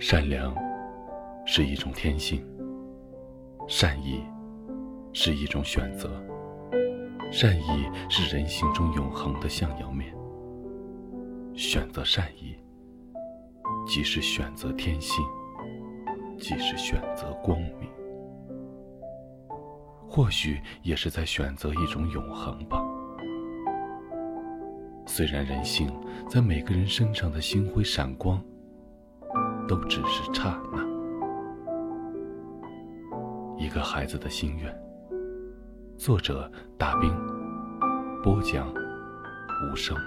善良是一种天性，善意是一种选择，善意是人性中永恒的向阳面。选择善意，即是选择天性，即是选择光明，或许也是在选择一种永恒吧。虽然人性在每个人身上的星辉闪光都只是刹那。一个孩子的心愿，作者大兵，播讲无声。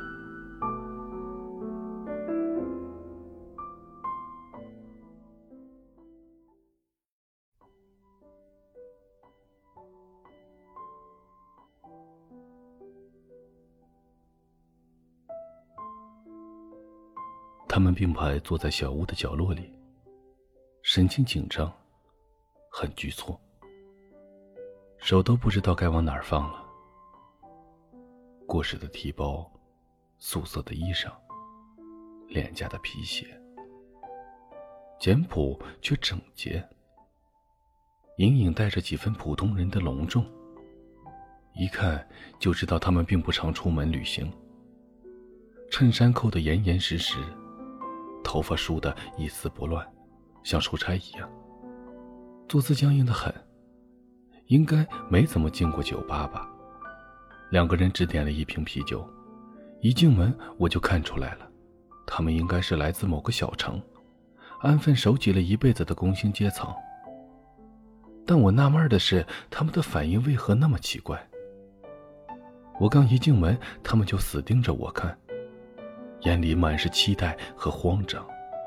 他们并排坐在小屋的角落里，神情紧张，很局促，手都不知道该往哪儿放了。过时的提包，素色的衣裳，廉价的皮鞋，简朴却整洁，隐隐带着几分普通人的隆重，一看就知道他们并不常出门旅行。衬衫扣得严严实实，头发梳得一丝不乱，像出差一样，坐姿僵硬得很，应该没怎么进过酒吧吧。两个人只点了一瓶啤酒，一进门我就看出来了，他们应该是来自某个小城，安分守己了一辈子的工薪阶层。但我纳闷的是，他们的反应为何那么奇怪？我刚一进门，他们就死盯着我看，眼里满是期待和慌张。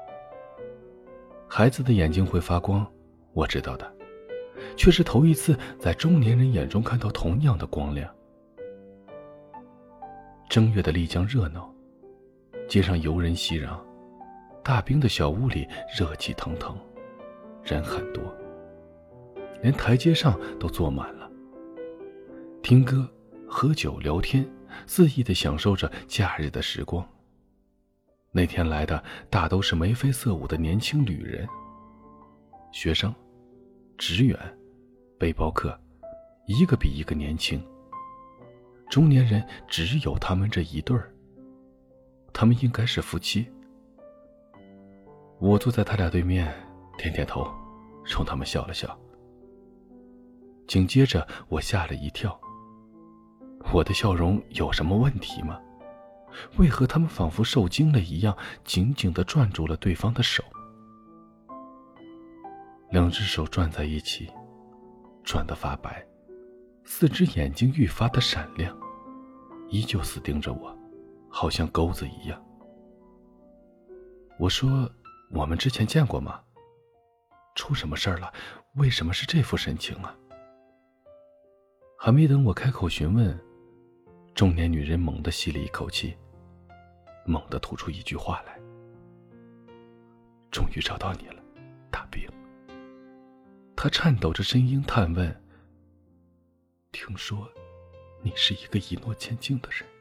孩子的眼睛会发光，我知道的，却是头一次在中年人眼中看到同样的光亮。正月的丽江热闹，街上游人熙攘，大兵的小屋里热气腾腾，人很多，连台阶上都坐满了，听歌喝酒聊天，肆意地享受着假日的时光。那天来的大都是眉飞色舞的年轻旅人，学生、职员、背包客，一个比一个年轻。中年人只有他们这一对儿，他们应该是夫妻。我坐在他俩对面，点点头，冲他们笑了笑。紧接着我吓了一跳，我的笑容有什么问题吗？为何他们仿佛受惊了一样，紧紧地攥住了对方的手？两只手攥在一起，攥得发白，四只眼睛愈发的闪亮，依旧死盯着我，好像钩子一样。我说，我们之前见过吗？出什么事儿了？为什么是这副神情啊？还没等我开口询问，中年女人猛地吸了一口气，猛地吐出一句话来：终于找到你了，大兵。她颤抖着声音探问：听说你是一个一诺千金的人。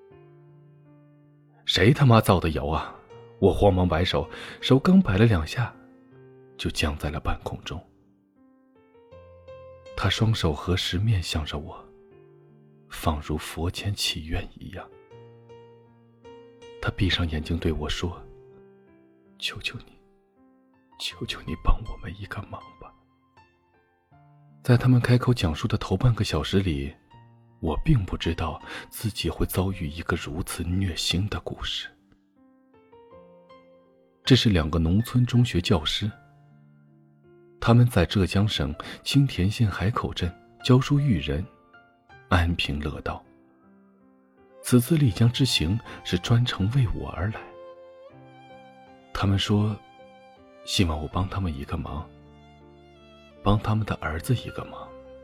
谁他妈造的谣啊？我慌忙摆手，手刚摆了两下就僵在了半空中。他双手合十面向着我，仿如佛前祈愿一样。他闭上眼睛对我说：求求你，求求你帮我们一个忙吧。在他们开口讲述的头半个小时里，我并不知道自己会遭遇一个如此虐心的故事。这是两个农村中学教师，他们在浙江省青田县海口镇教书育人，安贫乐道。此次丽江之行是专程为我而来。他们说，希望我帮他们一个忙，帮他们的儿子一个忙。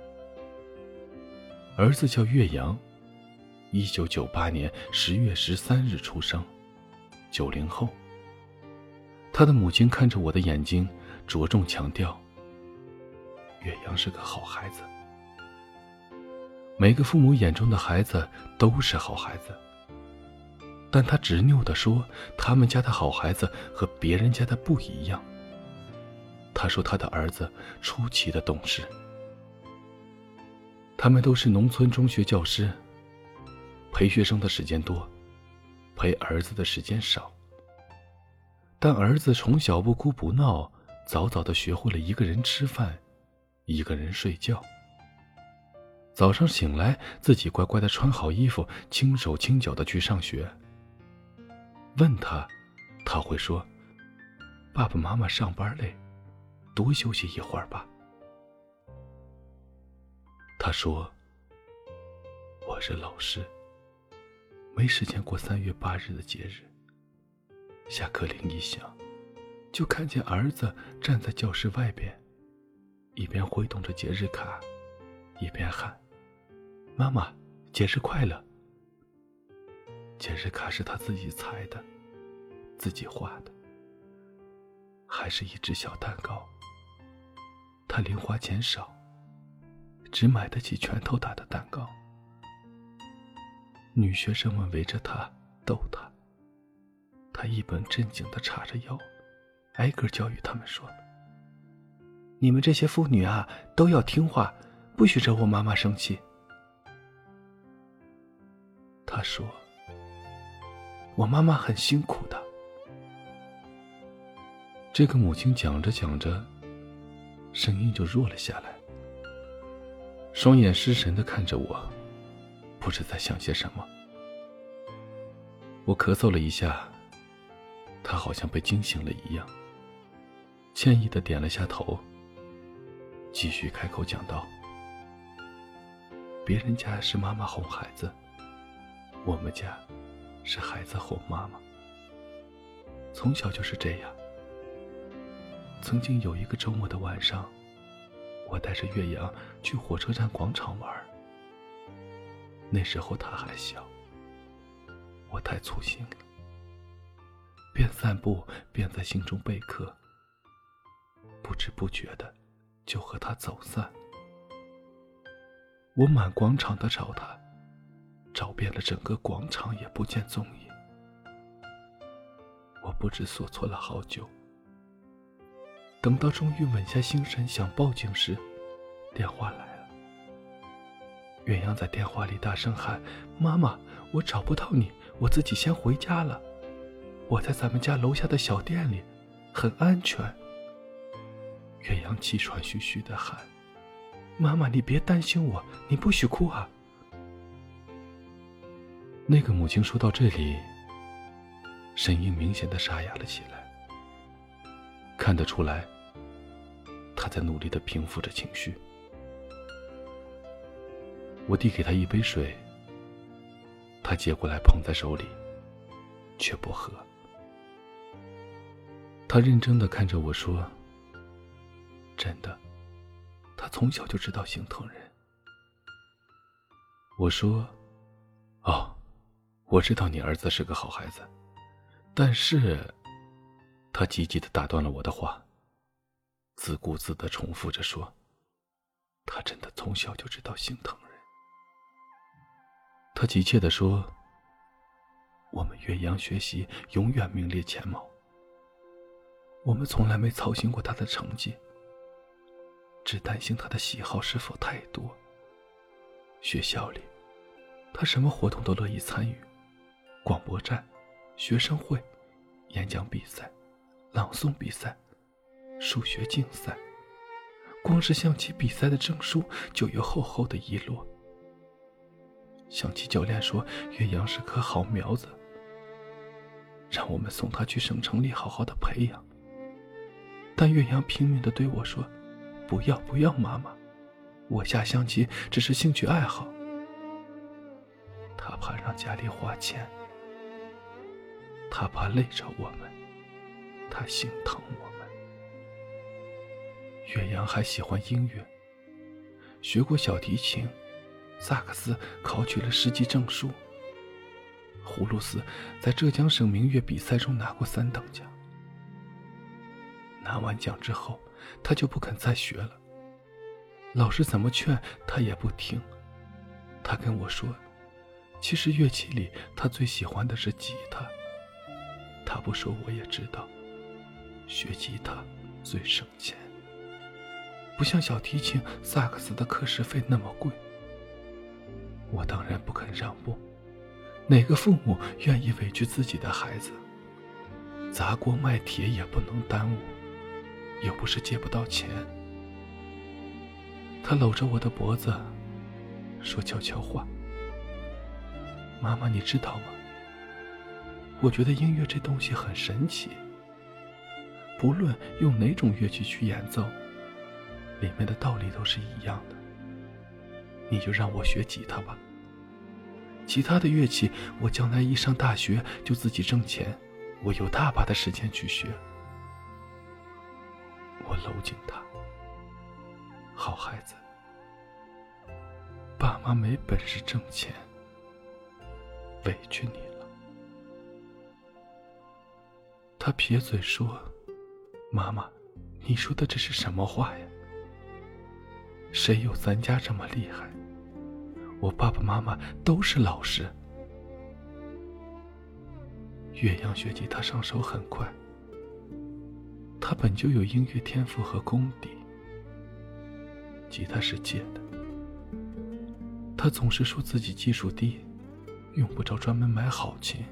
儿子叫岳阳，1998年10月13日出生，90后。他的母亲看着我的眼睛，着重强调，岳阳是个好孩子。每个父母眼中的孩子都是好孩子，但他执拗地说，他们家的好孩子和别人家的不一样， 他说他的儿子出奇的懂事。他们都是农村中学教师，陪学生的时间多，陪儿子的时间少。但儿子从小不哭不闹，早早地学会了一个人吃饭，一个人睡觉。早上醒来，自己乖乖地穿好衣服，轻手轻脚地去上学。问他，他会说：“爸爸妈妈上班累，多休息一会儿吧。”他说：“我是老师，没时间过3月8日的节日。”下课铃一响，就看见儿子站在教室外边，一边挥动着节日卡，一边喊：“妈妈，节日快乐！”节日卡是他自己裁的，自己画的，还是一只小蛋糕。他零花钱少，只买得起拳头大的蛋糕。女学生们围着他逗他，他一本正经地叉着腰，挨个教育他们说：“你们这些妇女啊，都要听话，不许惹我妈妈生气。”他说：“我妈妈很辛苦的。”这个母亲讲着讲着，声音就弱了下来，双眼失神地看着我，不知在想些什么。我咳嗽了一下，他好像被惊醒了一样，歉意地点了下头，继续开口讲道：“别人家是妈妈哄孩子，我们家是孩子哄妈妈，从小就是这样。曾经有一个周末的晚上，我带着岳阳去火车站广场玩，那时候他还小，我太粗心了，边散步边在心中备课，不知不觉的就和他走散。我满广场的找他，找遍了整个广场也不见踪影。我不知所措了好久，等到终于稳下心神想报警时，电话来了。岳阳在电话里大声喊：“妈妈，我找不到你，我自己先回家了。我在咱们家楼下的小店里，很安全。”岳阳气喘吁吁地喊：“妈妈，你别担心我，你不许哭啊！”那个母亲说到这里，声音明显地沙哑了起来，看得出来，她在努力地平复着情绪。我递给她一杯水，她接过来捧在手里，却不喝。她认真地看着我说：“真的，她从小就知道心疼人。”我说：“哦，我知道你儿子是个好孩子，但是……”她急急地打断了我的话，自顾自地重复着说：“他真的从小就知道心疼人。”他急切地说：“我们岳阳学习永远名列前茅，我们从来没操心过他的成绩，只担心他的喜好是否太多。学校里，他什么活动都乐意参与，广播站、学生会、演讲比赛、朗诵比赛、数学竞赛，光是象棋比赛的证书就有厚厚的一摞。象棋教练说岳阳是棵好苗子，让我们送他去省城里好好的培养。但岳阳拼命地对我说：“不要不要，妈妈，我下象棋只是兴趣爱好。”他怕让家里花钱，他怕累着我们，他心疼我们。岳阳还喜欢音乐，学过小提琴、萨克斯，考取了10级证书。葫芦丝在浙江省民乐比赛中拿过3等奖。拿完奖之后，他就不肯再学了，老师怎么劝他也不听。他跟我说，其实乐器里他最喜欢的是吉他。他不说我也知道，学吉他最省钱。 不像小提琴、萨克斯的课时费那么贵。我当然不肯让步，哪个父母愿意委屈自己的孩子？砸锅卖铁也不能耽误，又不是借不到钱。他搂着我的脖子，说悄悄话：“妈妈，你知道吗？我觉得音乐这东西很神奇，不论用哪种乐器去演奏，里面的道理都是一样的。你就让我学吉他吧，其他的乐器我将来一上大学就自己挣钱，我有大把的时间去学。”我搂紧他：“好孩子，爸妈没本事挣钱，委屈你了。”他撇嘴说：“妈妈，你说的这是什么话呀？谁有咱家这么厉害？我爸爸妈妈都是老师。”岳阳学吉他上手很快，他本就有音乐天赋和功底。吉他是借的，他总是说自己技术低，用不着专门买好琴。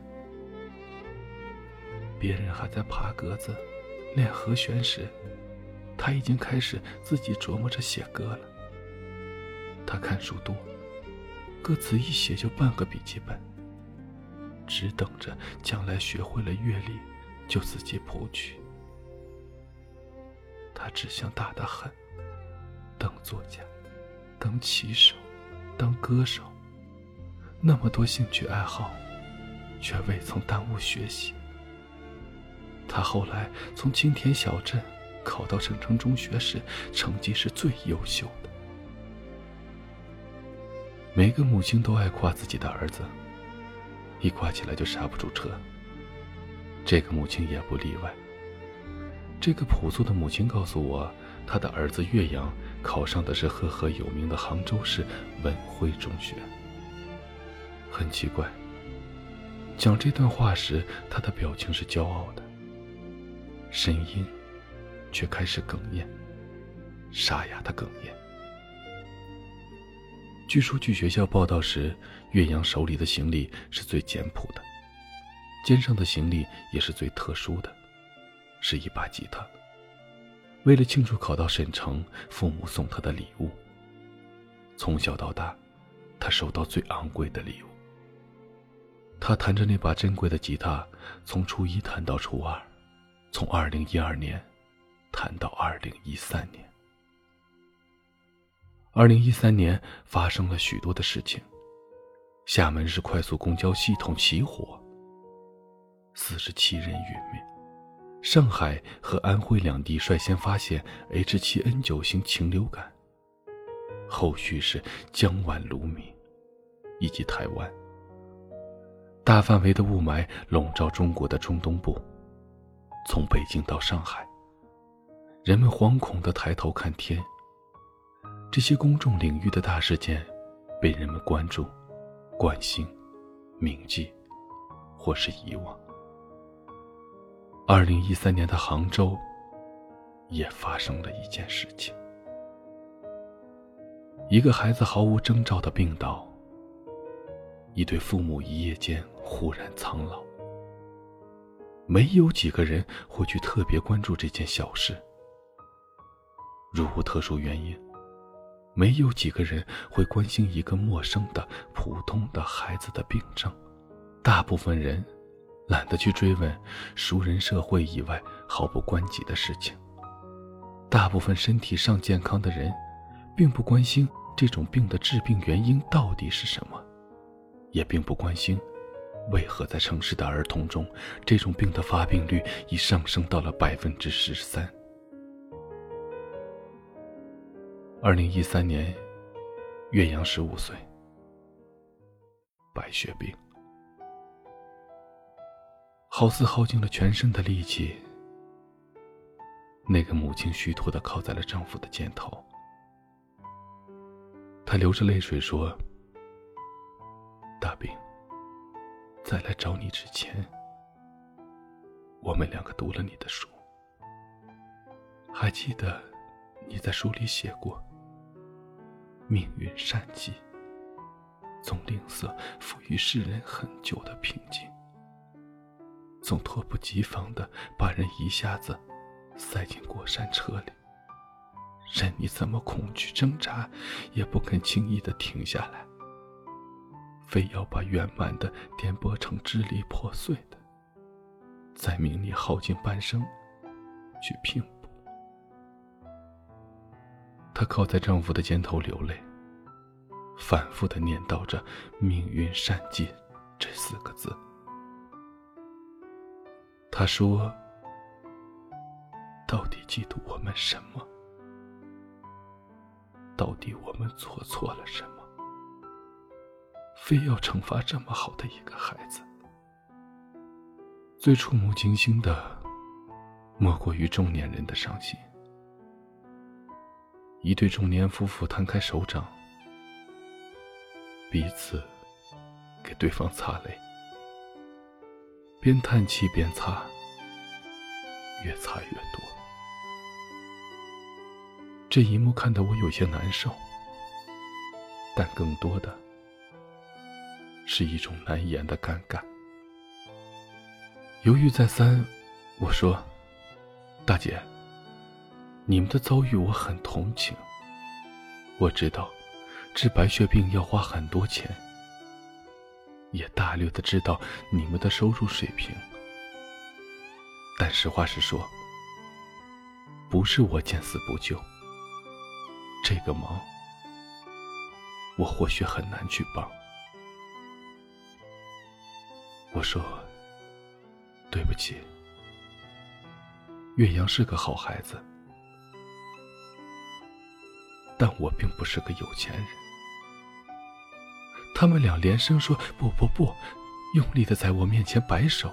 别人还在爬格子练和弦时，他已经开始自己琢磨着写歌了。他看书多，歌词一写就半个笔记本，只等着将来学会了乐理就自己谱曲。他志向大得很，当作家，当棋手，当歌手，那么多兴趣爱好，却未曾耽误学习。他后来从青田小镇考到省城中学时，成绩是最优秀的。每个母亲都爱夸自己的儿子，一夸起来就刹不住车。这个母亲也不例外。这个朴素的母亲告诉我，她的儿子岳阳考上的是赫赫有名的杭州市文晖中学。很奇怪，讲这段话时，他的表情是骄傲的，声音却开始哽咽，沙哑的哽咽。据说去学校报到时，岳阳手里的行李是最简朴的，肩上的行李也是最特殊的，是一把吉他。为了庆祝考到省城，父母送他的礼物。从小到大，他收到最昂贵的礼物。他弹着那把珍贵的吉他，从初一弹到初二，从2012年弹到2013年。2013年发生了许多的事情，厦门市快速公交系统起火，47人殒命。上海和安徽两地率先发现 H7N9 型禽流感，后续是江皖卢米以及台湾。大范围的雾霾笼罩中国的中东部，从北京到上海，人们惶恐地抬头看天。这些公众领域的大事件被人们关注、关心、铭记或是遗忘。2013年的杭州也发生了一件事情，一个孩子毫无征兆的病倒，一对父母一夜间忽然苍老。没有几个人会去特别关注这件小事，如无特殊原因，没有几个人会关心一个陌生的普通的孩子的病症。大部分人懒得去追问熟人社会以外毫不关己的事情。大部分身体上健康的人并不关心这种病的致病原因到底是什么，也并不关心为何在城市的儿童中，这种病的发病率已上升到了13%。2013年，岳阳15岁，白血病，好似耗尽了全身的力气。那个母亲虚脱地靠在了丈夫的肩头，她流着泪水说：“大病，在来找你之前，我们两个读了你的书，还记得你在书里写过，命运善计总吝啬赋予世人很久的平静，总迫不及防地把人一下子塞进过山车里，任你怎么恐惧挣扎，也不肯轻易地停下来，非要把圆满的颠簸成支离破碎的，再命你耗尽半生去拼搏。她靠在丈夫的肩头流泪，反复地念叨着命运善计这4个字。她说，到底嫉妒我们什么？到底我们做错了什么？非要惩罚这么好的一个孩子？最触目惊心的莫过于中年人的伤心。一对中年夫妇摊开手掌，彼此给对方擦泪，边叹气边擦，越擦越多。这一幕看得我有些难受，但更多的是一种难言的尴尬。犹豫再三，我说，大姐，你们的遭遇我很同情，我知道治白血病要花很多钱，也大略的知道你们的收入水平，但实话实说，不是我见死不救，这个忙我或许很难去帮。我说，对不起，岳阳是个好孩子，但我并不是个有钱人。他们俩连声说不不不，用力地在我面前摆手。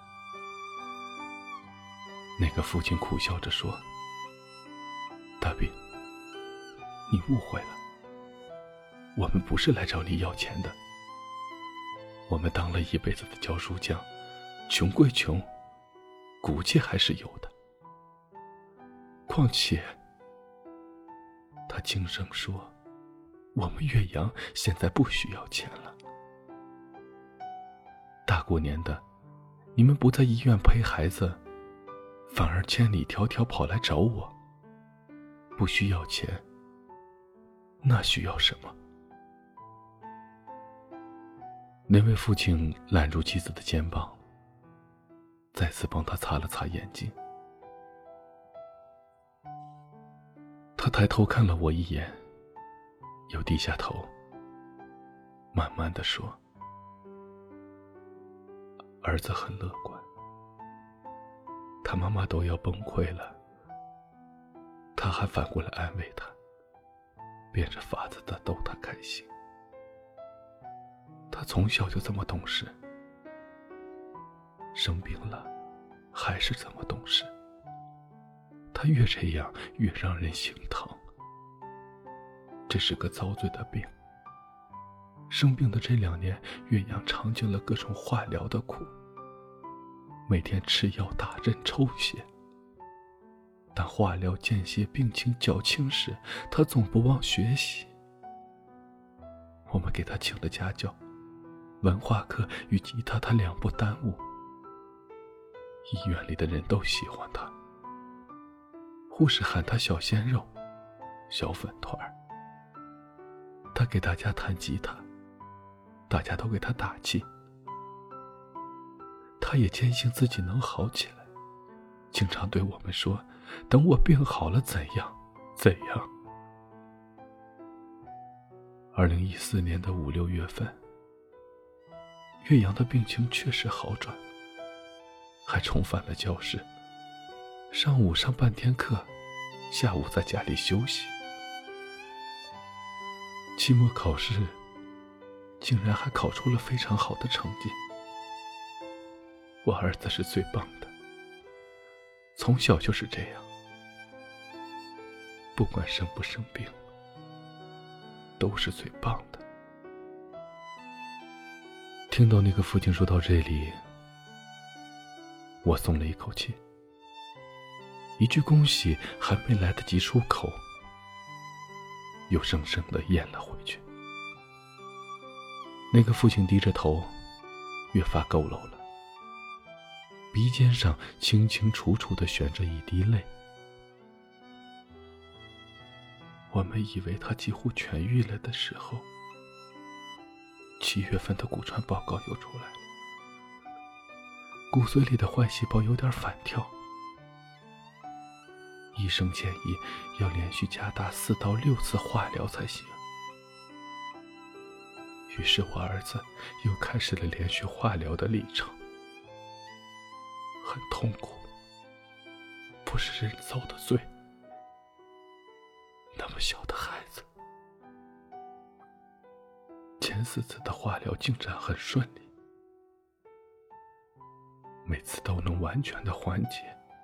那个父亲苦笑着说，大兵，你误会了，我们不是来找你要钱的。我们当了一辈子的教书匠，穷归穷，骨气还是有的。况且，他轻声说，我们岳阳现在不需要钱了。大过年的，你们不在医院陪孩子，反而千里迢迢跑来找我，不需要钱，那需要什么？那位父亲揽住妻子的肩膀，再次帮她擦了擦眼睛。他抬头看了我一眼，又低下头，慢慢地说，儿子很乐观，他妈妈都要崩溃了，他还反过来安慰他，变着法子的逗他开心。他从小就这么懂事，生病了还是这么懂事，他越这样越让人心疼。这是个遭罪的病，生病的这2年，岳阳尝尽了各种化疗的苦，每天吃药打针抽血。但化疗间歇病情较轻时，他总不忘学习。我们给他请了家教，文化课与吉他他2不耽误。医院里的人都喜欢他，护士喊他小鲜肉、小粉团儿。他给大家弹吉他，大家都给他打气。他也坚信自己能好起来，经常对我们说，等我病好了怎样怎样。2014年的5、6月份，岳阳的病情确实好转，还重返了教室，上午上半天课，下午在家里休息。期末考试竟然还考出了非常好的成绩。我儿子是最棒的，从小就是这样，不管生不生病，都是最棒的。听到那个父亲说到这里，我松了一口气。一句恭喜还没来得及出口， 又生生地咽了回去。那个父亲低着头，越发佝偻了，鼻尖上清清楚楚地悬着一滴泪。我们以为他几乎痊愈了的时候，7月份的骨传报告又出来了，骨髓里的坏细胞有点反跳，医生建议要连续加大4到6次化疗才行。于是我儿子又开始了连续化疗的历程，很痛苦，不是人遭的罪。那么小的孩子，前4次的化疗进展很顺利，每次都能完全的缓解。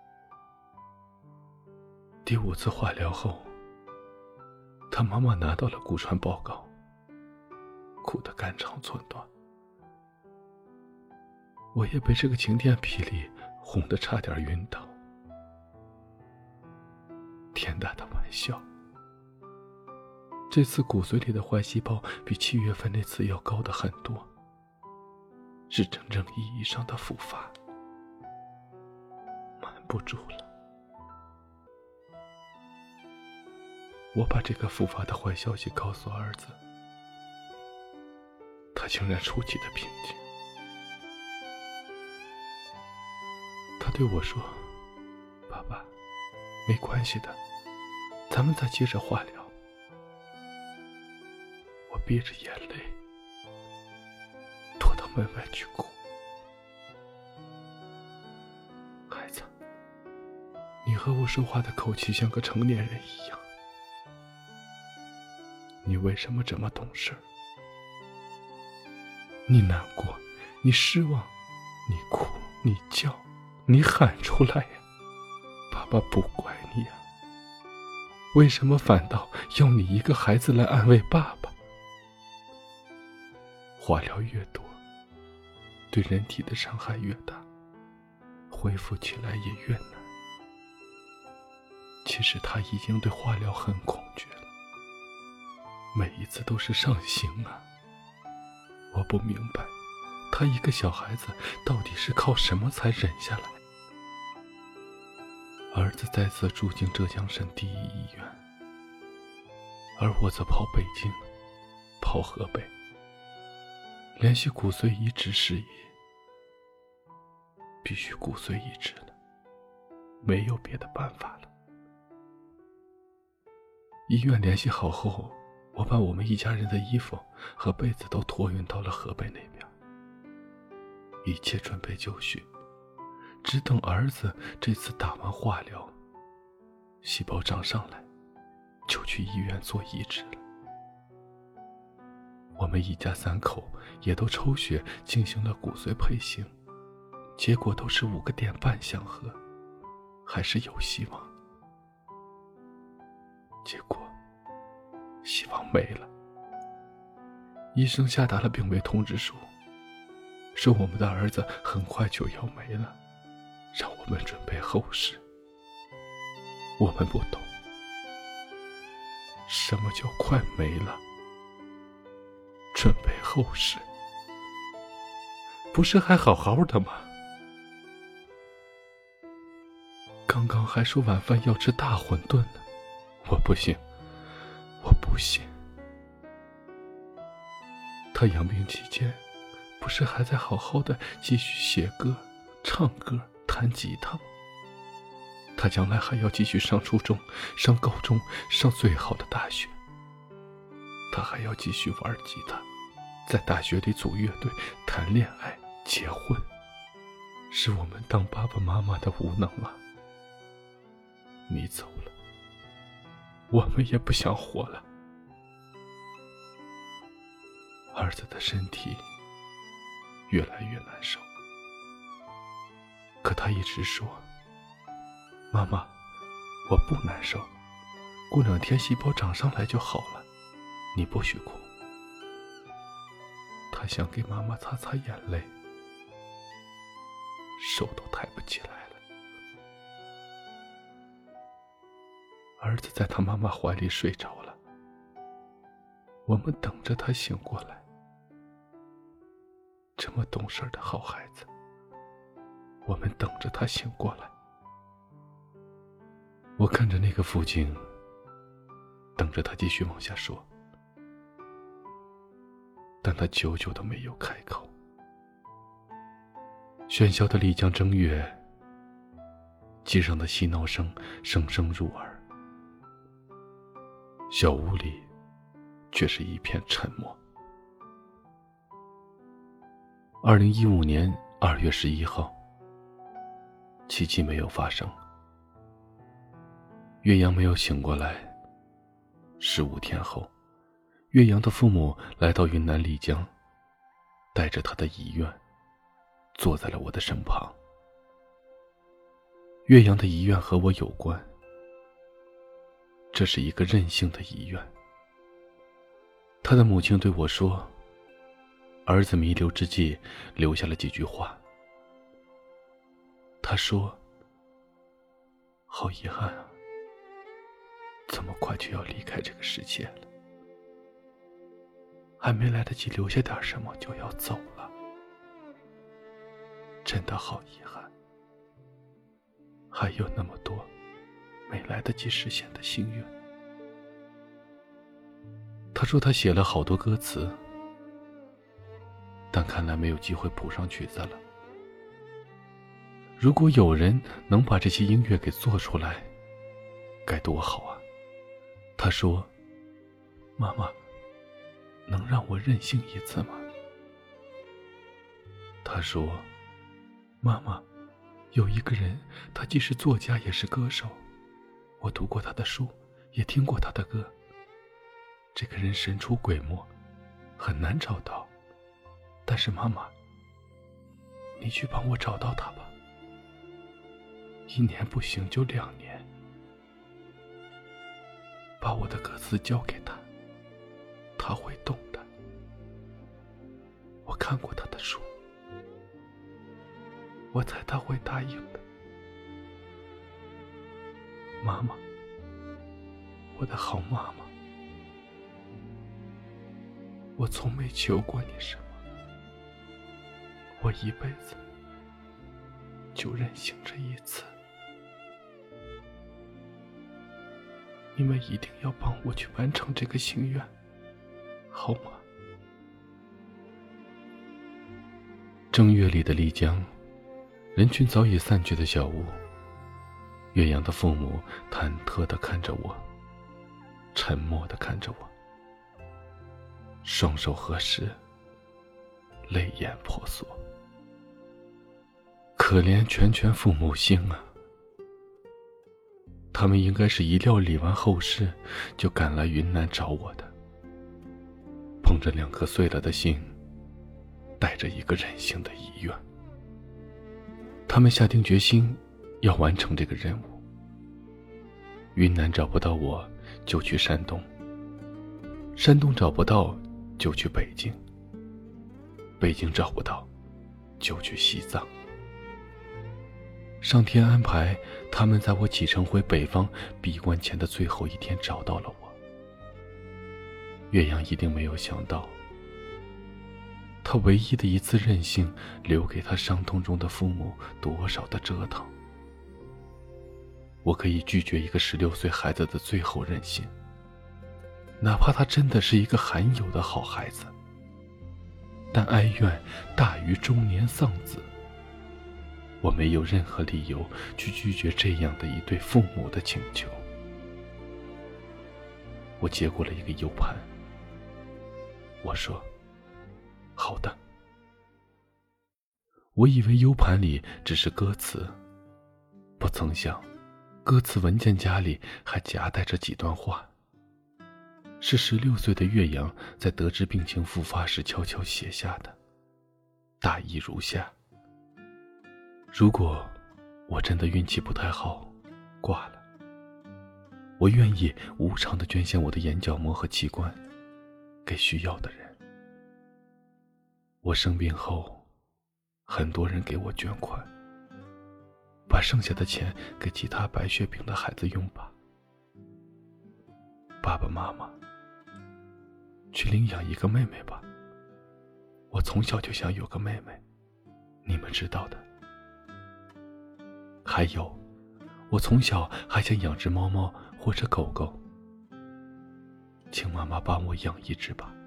第5次化疗后，他妈妈拿到了骨传报告，哭得肝肠寸断。我也被这个晴天霹雳轰得差点晕倒。天大的玩笑！这次骨髓里的坏细胞比7月份那次要高得很多，是真正意义上的复发，瞒不住了。我把这个复发的坏消息告诉儿子，他竟然出奇的平静。他对我说：“爸爸，没关系的，咱们再接着化疗。”我憋着眼泪，躲到门外去哭。孩子，你和我说话的口气像个成年人一样，你为什么这么懂事？你难过，你失望，你哭，你叫，你喊出来呀！爸爸不怪你呀，为什么反倒要你一个孩子来安慰爸爸？化疗越多，对人体的伤害越大，恢复起来也越难。其实他已经对化疗很恐惧了，每一次都是上刑啊！我不明白，他一个小孩子到底是靠什么才忍下来？儿子再次住进浙江省第1医院，而我则跑北京，跑河北，联系骨髓移植事宜。必须骨髓移植了，没有别的办法了。医院联系好后，我把我们一家人的衣服和被子都托运到了河北那边，一切准备就绪，只等儿子这次打完化疗，细胞长上来，就去医院做移植了。我们一家3口也都抽血进行了骨髓配型，结果都是5个点半相合，还是有希望。结果希望没了，医生下达了病危通知书，说我们的儿子很快就要没了，让我们准备后事。我们不懂什么叫快没了，准备后事，不是还好好的吗？刚刚还说晚饭要吃大馄饨呢，我不信，我不信。他养病期间，不是还在好好的继续写歌、唱歌、弹吉他吗？他将来还要继续上初中、上高中、上最好的大学。他还要继续玩吉他，在大学里组乐队、谈恋爱、结婚。是我们当爸爸妈妈的无能啊！你走了，我们也不想活了。儿子的身体越来越难受，可他一直说：“妈妈，我不难受，过2天细胞长上来就好了，你不许哭。”他想给妈妈擦擦眼泪，手都抬不起来了。儿子在他妈妈怀里睡着了， 我们等着他醒过来。这么懂事的好孩子，我们等着他醒过来。我看着那个父亲，等着他继续往下说，但他久久都没有开口。喧嚣的丽江正月，街上的嬉闹声声声入耳，小屋里却是一片沉默。2015年2月11号，奇迹没有发生。岳阳没有醒过来。15天后，岳阳的父母来到云南丽江，带着他的遗愿，坐在了我的身旁。岳阳的遗愿和我有关，这是一个任性的遗愿。他的母亲对我说，儿子弥留之际留下了几句话。他说，好遗憾啊，这么快就要离开这个世界了，还没来得及留下点什么就要走了，真的好遗憾，还有那么多没来得及实现的心愿。他说他写了好多歌词，但看来没有机会谱上曲子了。如果有人能把这些音乐给做出来，该多好啊。他说，妈妈，能让我任性一次吗？他说，妈妈，有一个人，他既是作家也是歌手，我读过他的书，也听过他的歌。这个人神出鬼没，很难找到，但是妈妈，你去帮我找到他吧。1年不行就2年，把我的歌词交给他，他会懂的。我看过他的书，我猜他会答应的。妈妈，我的好妈妈，我从没求过你什么，我一辈子就任性这一次。你们一定要帮我去完成这个心愿，好吗？正月里的丽江，人群早已散去的小屋，岳阳的父母忐忑地看着我，沉默地看着我，双手合十，泪眼婆娑。可怜全父母心啊！他们应该是一料理完后事，就赶来云南找我的，捧着2颗碎了的心，带着一个任性的遗愿。他们下定决心要完成这个任务。云南找不到我，就去山东；山东找不到，就去北京；北京找不到，就去西藏。上天安排他们在我启程回北方闭关前的最后一天找到了我。岳阳一定没有想到，他唯一的一次任性留给他伤痛中的父母多少的折腾。我可以拒绝一个16岁孩子的最后任性，哪怕他真的是一个罕有的好孩子，但哀怨大于中年丧子。我没有任何理由去拒绝这样的一对父母的请求。我接过了一个 U 盘，我说，好的。我以为 U 盘里只是歌词，不曾想歌词文件夹里还夹带着几段话，是16岁的岳阳在得知病情复发时悄悄写下的，大意如下：如果我真的运气不太好，挂了，我愿意无偿地捐献我的眼角膜和器官给需要的人。我生病后，很多人给我捐款，把剩下的钱给其他白血病的孩子用吧。爸爸妈妈， 去领养一个妹妹吧。我从小就想有个妹妹，你们知道的。还有，我从小还想养只猫猫或者狗狗，请妈妈帮我养一只吧。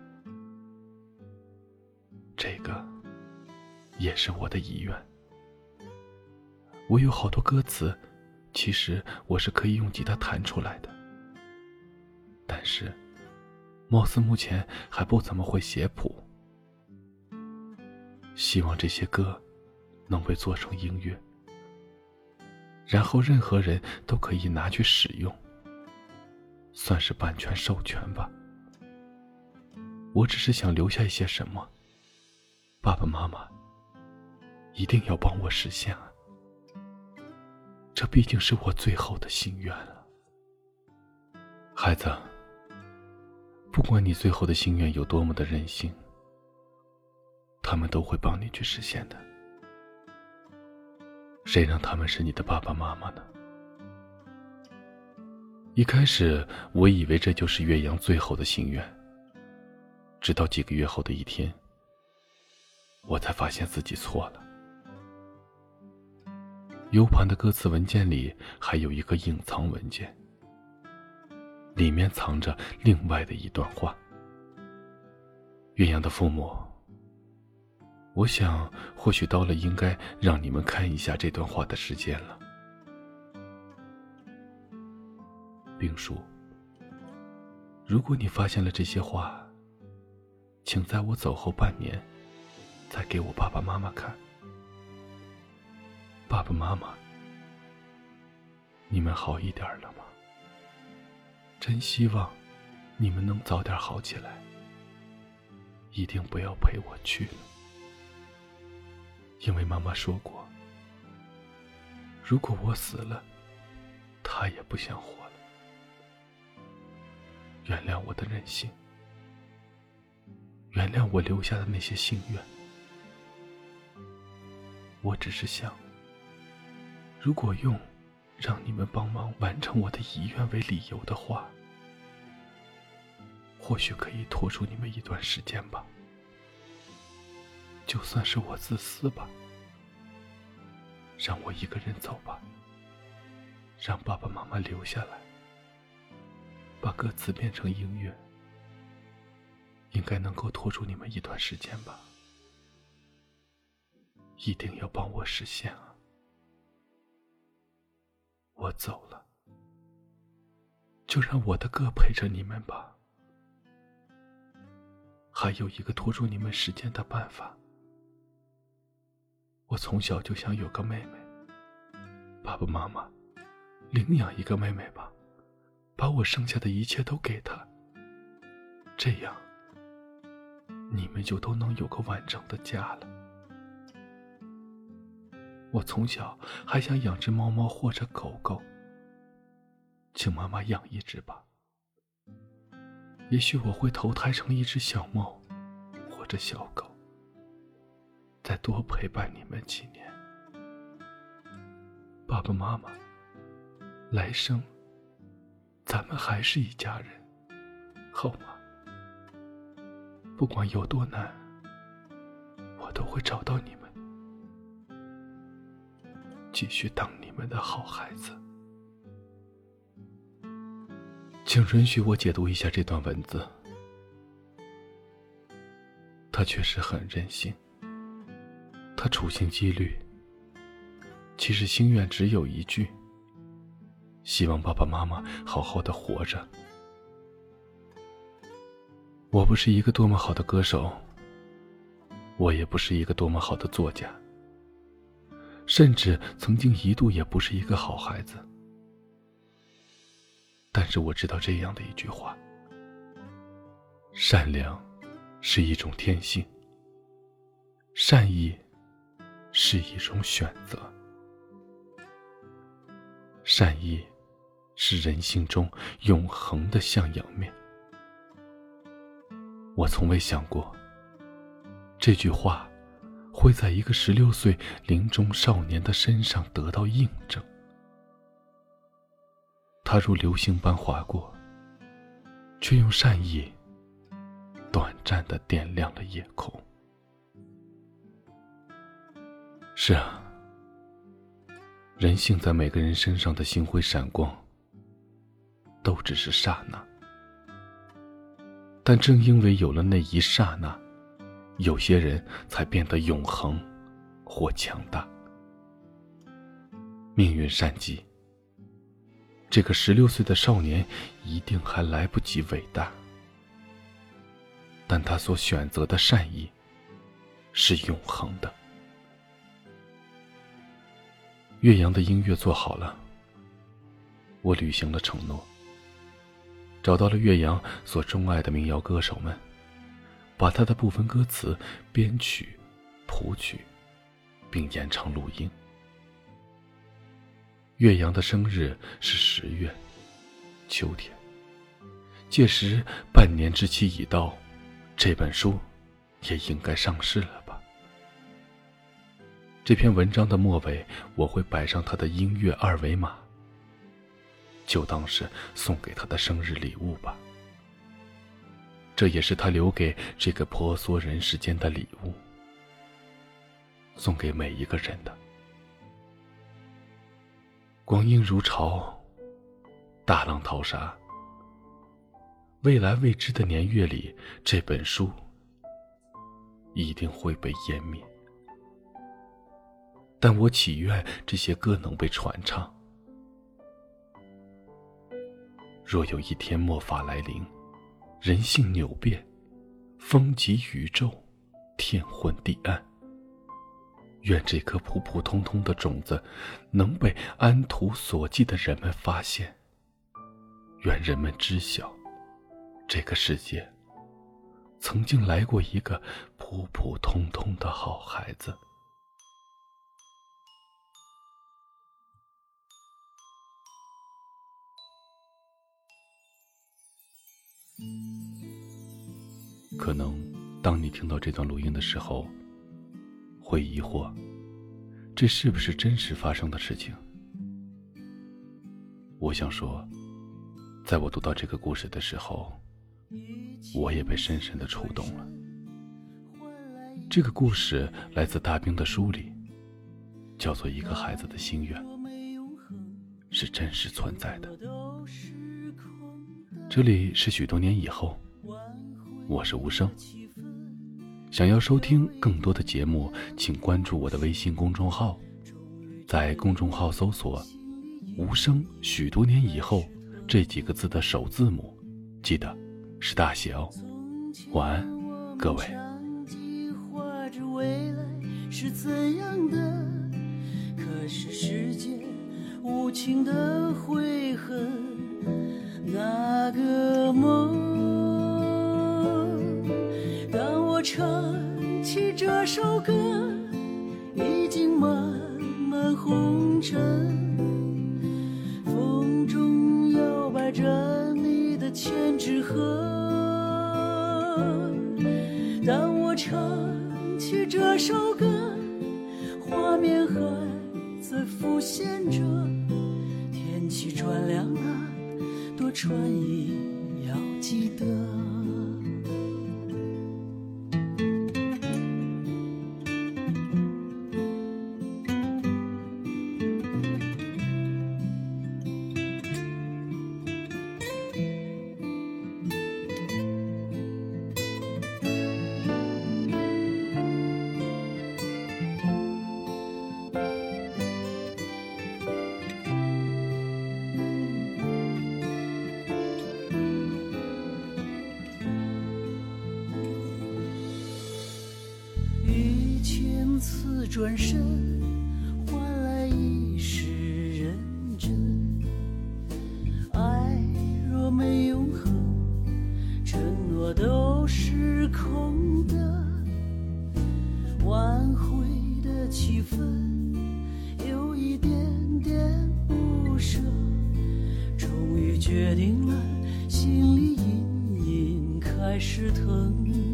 这个也是我的遗愿。我有好多歌词，其实我是可以用吉他弹出来的，但是貌似目前还不怎么会写谱。希望这些歌能被做成音乐，然后任何人都可以拿去使用，算是版权授权吧。我只是想留下一些什么，爸爸妈妈一定要帮我实现啊！这毕竟是我最后的心愿了。孩子，不管你最后的心愿有多么的任性，他们都会帮你去实现的。谁让他们是你的爸爸妈妈呢？一开始我以为这就是岳阳最后的心愿，直到几个月后的一天，我才发现自己错了。U 盘的歌词文件里还有一个隐藏文件，里面藏着另外的一段话。岳阳的父母，我想或许到了应该让你们看一下这段话的时间了。并叔，如果你发现了这些话，请在我走后半年再给我爸爸妈妈看。爸爸妈妈，你们好一点了吗？真希望你们能早点好起来，一定不要陪我去了。因为妈妈说过，如果我死了，她也不想活了。原谅我的任性，原谅我留下的那些心愿。我只是想，如果用让你们帮忙完成我的遗愿为理由的话，或许可以拖住你们一段时间吧。就算是我自私吧，让我一个人走吧，让爸爸妈妈留下来，把歌词变成音乐，应该能够拖住你们一段时间吧。一定要帮我实现啊！我走了，就让我的歌陪着你们吧。还有一个拖住你们时间的办法，我从小就想有个妹妹，爸爸妈妈，领养一个妹妹吧，把我剩下的一切都给她，这样你们就都能有个完整的家了。我从小还想养只猫猫或者狗狗，请妈妈养一只吧。也许我会投胎成一只小猫或者小狗，再多陪伴你们几年。爸爸妈妈，来生咱们还是一家人，好吗？不管有多难，我都会找到你们，继续当你们的好孩子。请允许我解读一下这段文字。他确实很任性，他处心积虑，其实心愿只有一句，希望爸爸妈妈好好的活着。我不是一个多么好的歌手，我也不是一个多么好的作家，甚至曾经一度也不是一个好孩子。但是我知道这样的一句话：善良是一种天性，善意是一种选择。善意是人性中永恒的向阳面。我从未想过，这句话会在一个16岁临终少年的身上得到印证。他如流星般划过，却用善意战地点亮了夜空。是啊，人性在每个人身上的星辉闪光都只是刹那，但正因为有了那一刹那，有些人才变得永恒或强大。命运善计，这个16岁的少年一定还来不及伟大，但他所选择的善意是永恒的。岳阳的音乐做好了，我履行了承诺，找到了岳阳所钟爱的民谣歌手们，把他的部分歌词编曲、谱曲，并演唱录音。岳阳的生日是10月，秋天，届时半年之期已到，这本书也应该上市了吧。这篇文章的末尾我会摆上他的音乐二维码，就当是送给他的生日礼物吧。这也是他留给这个婆娑人世间的礼物，送给每一个人的。光阴如潮，大浪淘沙，未来未知的年月里，这本书一定会被湮灭。但我祈愿这些歌能被传唱。若有一天末法来临，人性扭变，风极宇宙，天昏地暗，愿这颗普普通通的种子能被安图所记的人们发现，愿人们知晓，这个世界曾经来过一个普普通通的好孩子。可能当你听到这段录音的时候，会疑惑，这是不是真实发生的事情？我想说，在我读到这个故事的时候，我也被深深地触动了。这个故事来自大兵的书里，叫做《一个孩子的心愿》，是真实存在的。这里是许多年以后，我是无声。想要收听更多的节目，请关注我的微信公众号，在公众号搜索无声许多年以后这几个字的首字母，记得是大写哦。晚安，各位。 未来是怎样的？可是世界无情的悔恨，那个梦。当我唱起这首歌，已经漫漫红尘，风中摇摆着你的千纸鹤。当我唱起这首歌，画面还在浮现着，天气转凉了，多穿衣要记得。次转身换来一世认真，爱若没永恒，承诺都是空的，挽回的气氛有一点点不舍，终于决定了，心里隐隐开始疼。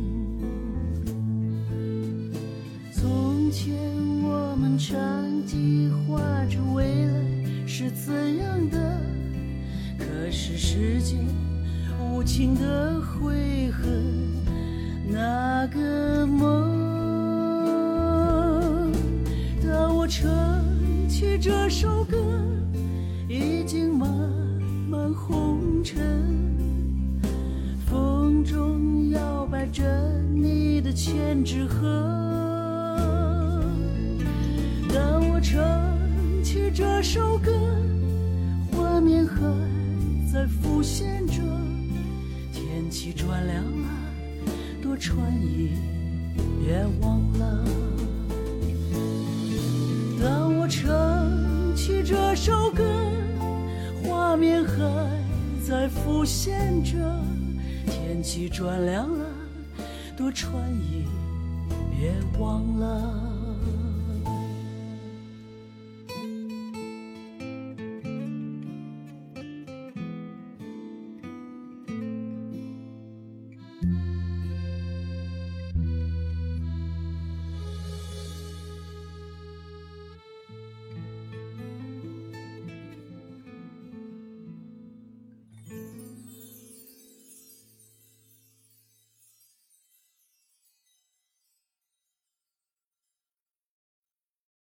从前我们常计划着未来是怎样的，可是世界无情的悔恨， 个梦。当我唱起这首歌，已经漫漫红尘，风中摇摆着你的千纸鹤。当我唱起这首歌，画面还在浮现着，天气转凉了，多穿衣别忘了。当我唱起这首歌，画面还在浮现着，天气转凉了，多穿衣别忘了。